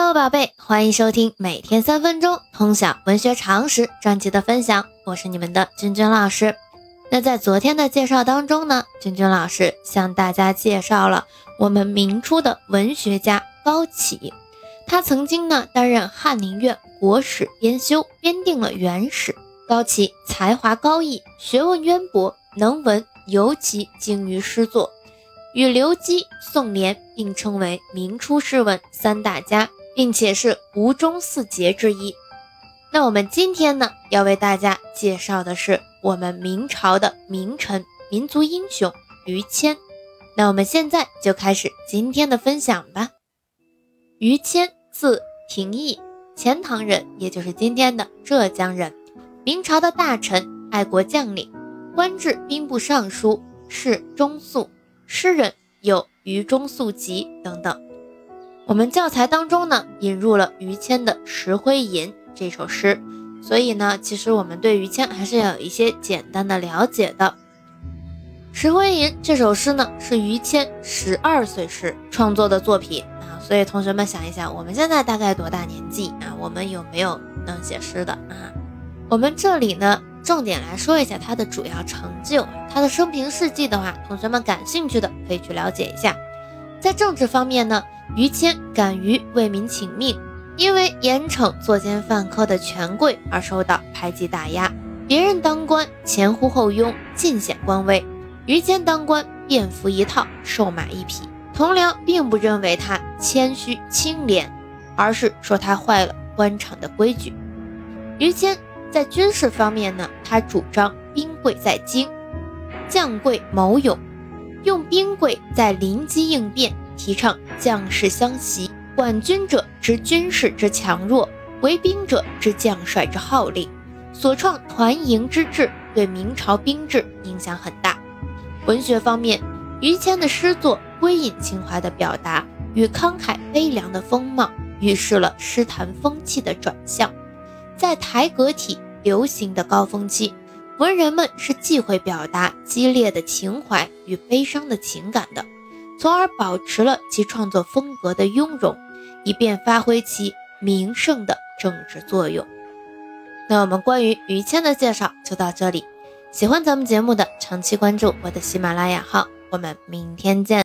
Hello， 宝贝，欢迎收听每天3分钟通晓文学常识专辑的分享，我是你们的君君老师。那在昨天的介绍当中呢，君君老师向大家介绍了我们明初的文学家高启，他曾经呢担任翰林院国史编修，编定了元史。高启才华高逸，学问渊博，能文，尤其精于诗作，与刘基、宋濂并称为明初诗文三大家，并且是吴中四杰之一。那我们今天呢要为大家介绍的是我们明朝的名臣、民族英雄于谦。那我们现在就开始今天的分享吧。于谦字廷义，钱塘人，也就是今天的浙江人，明朝的大臣、爱国将领，官至兵部尚书，是中肃，诗人有于中肃集等等。我们教材当中呢引入了于谦的《石灰吟》这首诗，所以呢其实我们对于谦还是要有一些简单的了解的。《石灰吟》这首诗呢是于谦12岁时创作的作品啊，所以同学们想一想，我们现在大概多大年纪啊？我们有没有能写诗的啊？我们这里呢重点来说一下他的主要成就，他的生平事迹的话，同学们感兴趣的可以去了解一下。在政治方面呢，于谦敢于为民请命，因为严惩作奸犯科的权贵而受到排挤打压，别人当官前呼后拥，尽显官威，于谦当官便服一套，瘦马一匹。同僚并不认为他谦虚清廉，而是说他坏了官场的规矩。于谦在军事方面呢，他主张兵贵在精，将贵谋勇，用兵贵在临机应变，提倡将士相习，管军者知军事之强弱，为兵者知将帅之号令，所创团营之制对明朝兵制影响很大。文学方面，于谦的诗作归隐情怀的表达与慷慨悲凉的风貌，预示了诗坛风气的转向。在台阁体流行的高峰期，文人们是既会表达激烈的情怀与悲伤的情感的，从而保持了其创作风格的雍容，以便发挥其名胜的政治作用。那我们关于于谦的介绍就到这里，喜欢咱们节目的长期关注我的喜马拉雅号，我们明天见。